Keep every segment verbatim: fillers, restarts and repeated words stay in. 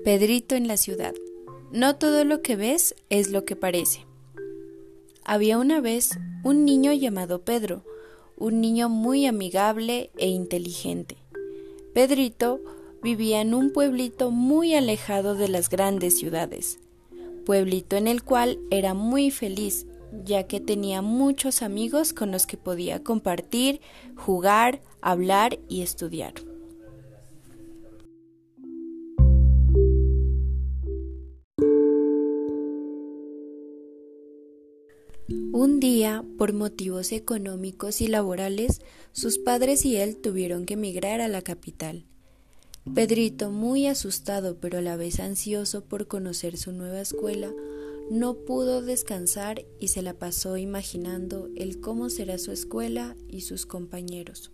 Pedrito en la ciudad. No todo lo que ves es lo que parece. Había una vez un niño llamado Pedro, un niño muy amigable e inteligente. Pedrito vivía en un pueblito muy alejado de las grandes ciudades, pueblito en el cual era muy feliz, ya que tenía muchos amigos con los que podía compartir, jugar, hablar y estudiar. Un día, por motivos económicos y laborales, sus padres y él tuvieron que emigrar a la capital. Pedrito, muy asustado pero a la vez ansioso por conocer su nueva escuela, no pudo descansar y se la pasó imaginando el cómo será su escuela y sus compañeros.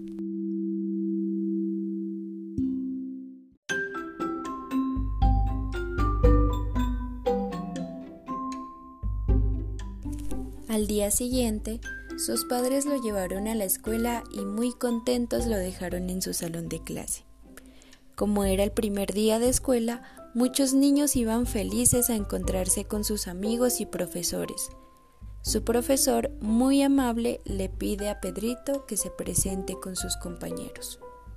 Al día siguiente, sus padres lo llevaron a la escuela y muy contentos lo dejaron en su salón de clase. Como era el primer día de escuela, muchos niños iban felices a encontrarse con sus amigos y profesores. Su profesor, muy amable, le pide a Pedrito que se presente con sus compañeros.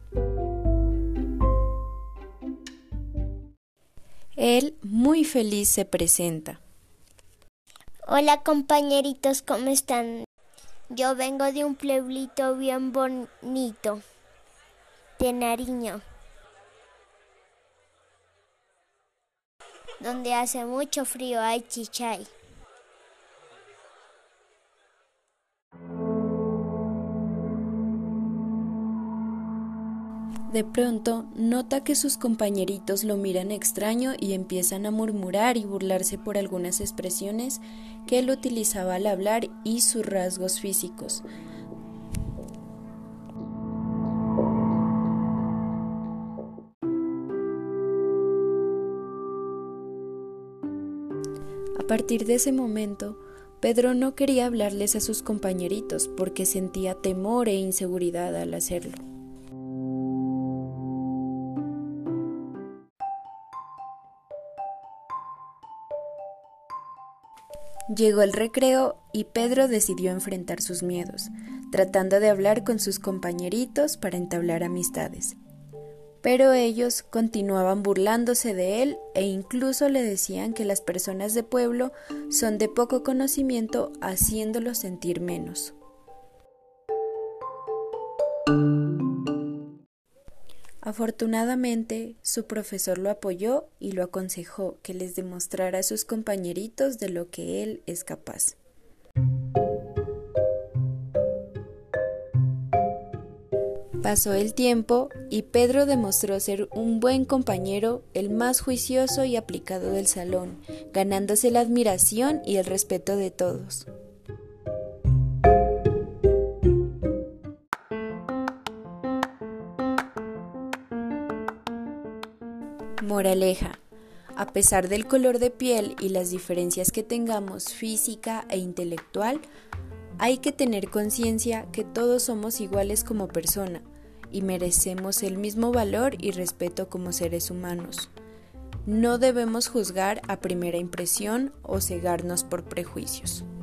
Él, muy feliz, se presenta. Hola compañeritos, ¿cómo están? Yo vengo de un pueblito bien bonito, de Nariño, donde hace mucho frío, hay chichay. De pronto, nota que sus compañeritos lo miran extraño y empiezan a murmurar y burlarse por algunas expresiones que él utilizaba al hablar y sus rasgos físicos. A partir de ese momento, Pedro no quería hablarles a sus compañeritos porque sentía temor e inseguridad al hacerlo. Llegó el recreo y Pedro decidió enfrentar sus miedos, tratando de hablar con sus compañeritos para entablar amistades. Pero ellos continuaban burlándose de él e incluso le decían que las personas de pueblo son de poco conocimiento, haciéndolo sentir menos. Afortunadamente, su profesor lo apoyó y lo aconsejó que les demostrara a sus compañeritos de lo que él es capaz. Pasó el tiempo y Pedro demostró ser un buen compañero, el más juicioso y aplicado del salón, ganándose la admiración y el respeto de todos. Moraleja: a pesar del color de piel y las diferencias que tengamos física e intelectual, hay que tener conciencia que todos somos iguales como persona y merecemos el mismo valor y respeto como seres humanos. No debemos juzgar a primera impresión o cegarnos por prejuicios.